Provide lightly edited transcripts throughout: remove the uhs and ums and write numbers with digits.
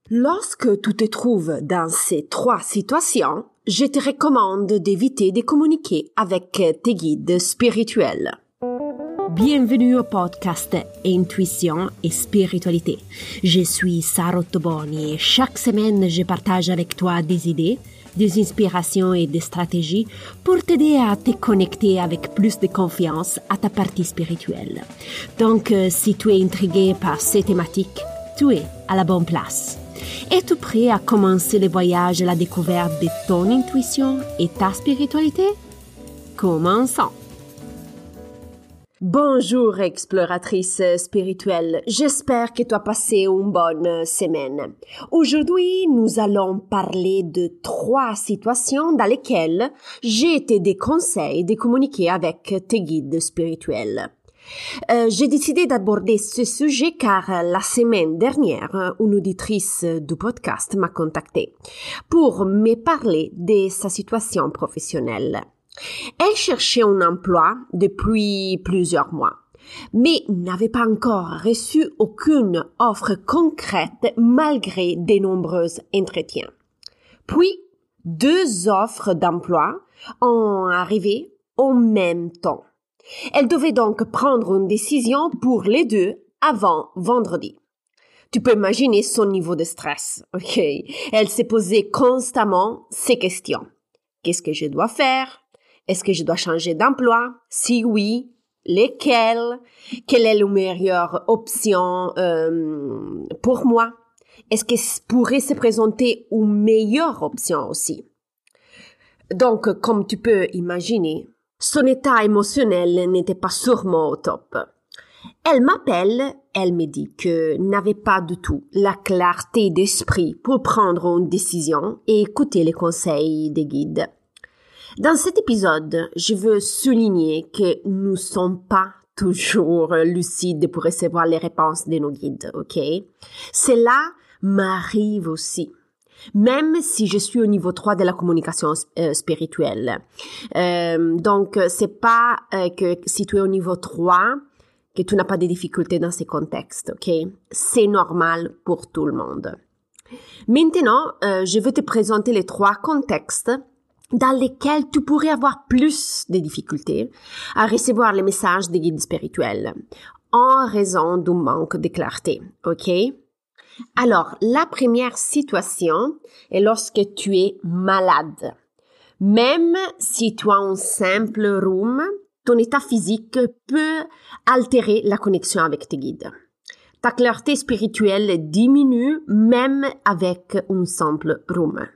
Lorsque tu te trouves dans ces trois situations, je te recommande d'éviter de communiquer avec tes guides spirituels. Bienvenue au podcast Intuition et Spiritualité. Je suis Sarah Ottoboni et chaque semaine, je partage avec toi des idées, des inspirations et des stratégies pour t'aider à te connecter avec plus de confiance à ta partie spirituelle. Donc, si tu es intrigué par ces thématiques, tu es à la bonne place. Es-tu prêt à commencer le voyage à la découverte de ton intuition et ta spiritualité? Commençons! Bonjour exploratrice spirituelle, j'espère que tu as passé une bonne semaine. Aujourd'hui, nous allons parler de 3 situations dans lesquelles j'ai été des conseils de communiquer avec tes guides spirituels. J'ai décidé d'aborder ce sujet car la semaine dernière, une auditrice du podcast m'a contactée pour me parler de sa situation professionnelle. Elle cherchait un emploi depuis plusieurs mois, mais n'avait pas encore reçu aucune offre concrète malgré de nombreux entretiens. Puis, 2 offres d'emploi ont arrivé en même temps. Elle devait donc prendre une décision pour les 2 avant vendredi. Tu peux imaginer son niveau de stress, ok? Elle s'est posée constamment ces questions. Qu'est-ce que je dois faire? Est-ce que je dois changer d'emploi? Si oui, lesquels? Quelle est la meilleure option pour moi? Est-ce que pourrait se présenter une meilleure option aussi? Donc, comme tu peux imaginer, son état émotionnel n'était pas sûrement au top. Elle m'appelle, elle me dit que n'avait pas du tout la clarté d'esprit pour prendre une décision et écouter les conseils des guides. Dans cet épisode, je veux souligner que nous ne sommes pas toujours lucides pour recevoir les réponses de nos guides, ok? Cela m'arrive aussi. Même si je suis au niveau 3 de la communication spirituelle. Donc, c'est pas que si tu es au niveau 3, que tu n'as pas de difficultés dans ces contextes, ok? C'est normal pour tout le monde. Maintenant, je veux te présenter les 3 contextes dans lesquels tu pourrais avoir plus de difficultés à recevoir les messages des guides spirituels en raison d'un manque de clarté, ok? Alors, la première situation est lorsque tu es malade. Même si tu as un simple rhume, ton état physique peut altérer la connexion avec tes guides. Ta clarté spirituelle diminue même avec un simple rhume.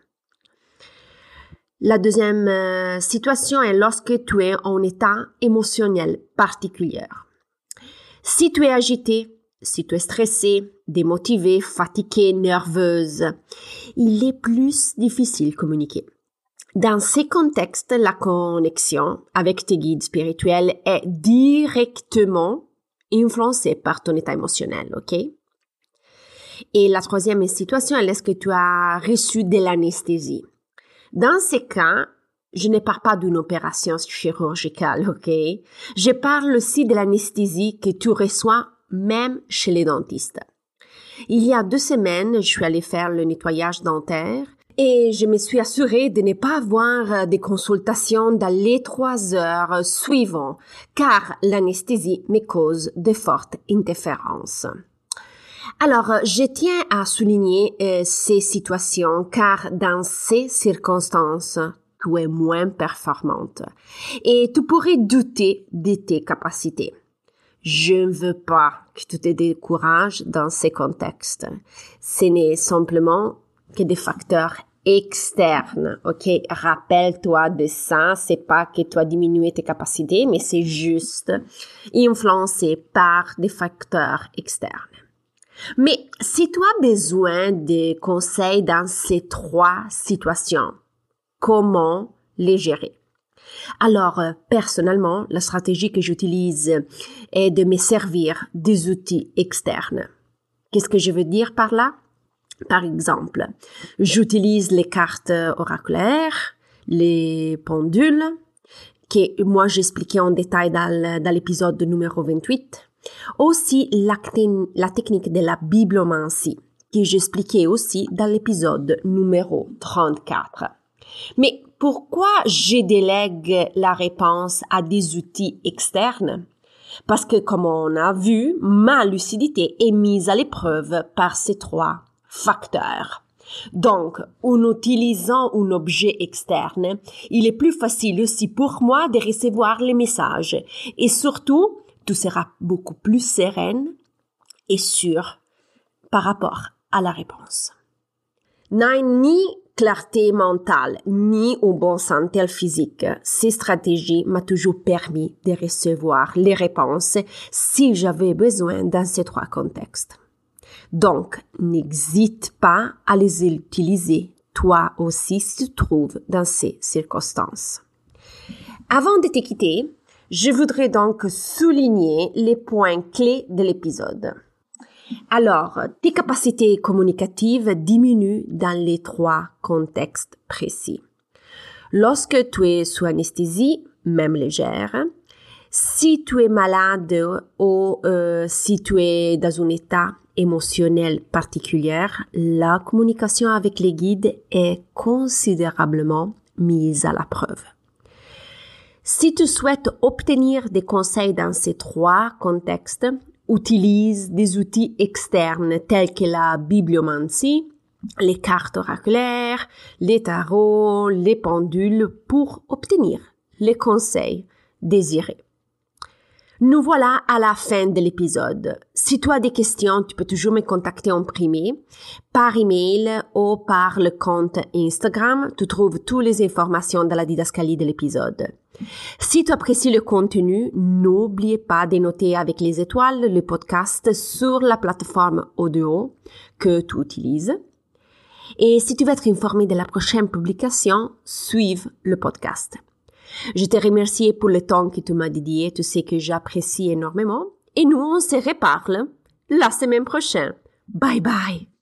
La deuxième situation est lorsque tu es en état émotionnel particulier. Si tu es agité, si tu es stressé, démotivé, fatigué, nerveuse, il est plus difficile de communiquer. Dans ces contextes, la connexion avec tes guides spirituels est directement influencée par ton état émotionnel, ok? Et la troisième situation est lorsque tu as reçu de l'anesthésie. Dans ces cas, je ne parle pas d'une opération chirurgicale, ok? Je parle aussi de l'anesthésie que tu reçois même chez les dentistes. Il y a 2 semaines, je suis allée faire le nettoyage dentaire et je me suis assurée de ne pas avoir des consultations dans les 3 heures suivantes car l'anesthésie me cause de fortes interférences. Alors, je tiens à souligner ces situations car dans ces circonstances, tu es moins performante et tu pourrais douter de tes capacités. Je ne veux pas que tu te décourages dans ces contextes. Ce n'est simplement que des facteurs externes, ok? Rappelle-toi de ça, c'est pas que tu as diminué tes capacités, mais c'est juste influencé par des facteurs externes. Mais si tu as besoin de conseils dans ces 3 situations, comment les gérer? Alors, personnellement, la stratégie que j'utilise est de me servir des outils externes. Qu'est-ce que je veux dire par là? Par exemple, j'utilise les cartes oraculaires, les pendules, que moi j'expliquais en détail dans l'épisode numéro 28. Aussi, la technique de la bibliomancie, que j'expliquais aussi dans l'épisode numéro 34. Mais pourquoi je délègue la réponse à des outils externes? Parce que, comme on a vu, ma lucidité est mise à l'épreuve par ces 3 facteurs. Donc, en utilisant un objet externe, il est plus facile aussi pour moi de recevoir les messages. Et surtout, tu seras beaucoup plus sereine et sûre par rapport à la réponse. Ni clarté mentale, ni une bonne santé physique. Ces stratégies m'ont toujours permis de recevoir les réponses si j'avais besoin dans ces 3 contextes. Donc, n'hésite pas à les utiliser toi aussi si tu te trouves dans ces circonstances. Avant de te quitter, je voudrais donc souligner les points clés de l'épisode. Alors, tes capacités communicatives diminuent dans les 3 contextes précis. Lorsque tu es sous anesthésie, même légère, si tu es malade ou si tu es dans un état émotionnel particulier, la communication avec les guides est considérablement mise à la preuve. Si tu souhaites obtenir des conseils dans ces 3 contextes, utilise des outils externes tels que la bibliomancie, les cartes oraculaires, les tarots, les pendules pour obtenir les conseils désirés. Nous voilà à la fin de l'épisode. Si tu as des questions, tu peux toujours me contacter en privé, par email ou par le compte Instagram. Tu trouves toutes les informations dans la didascalie de l'épisode. Si tu apprécies le contenu, n'oublie pas de noter avec les étoiles le podcast sur la plateforme audio que tu utilises. Et si tu veux être informé de la prochaine publication, suive le podcast. Je te remercie pour le temps que tu m'as dédié, tu sais que j'apprécie énormément. Et nous, on se reparle la semaine prochaine. Bye bye!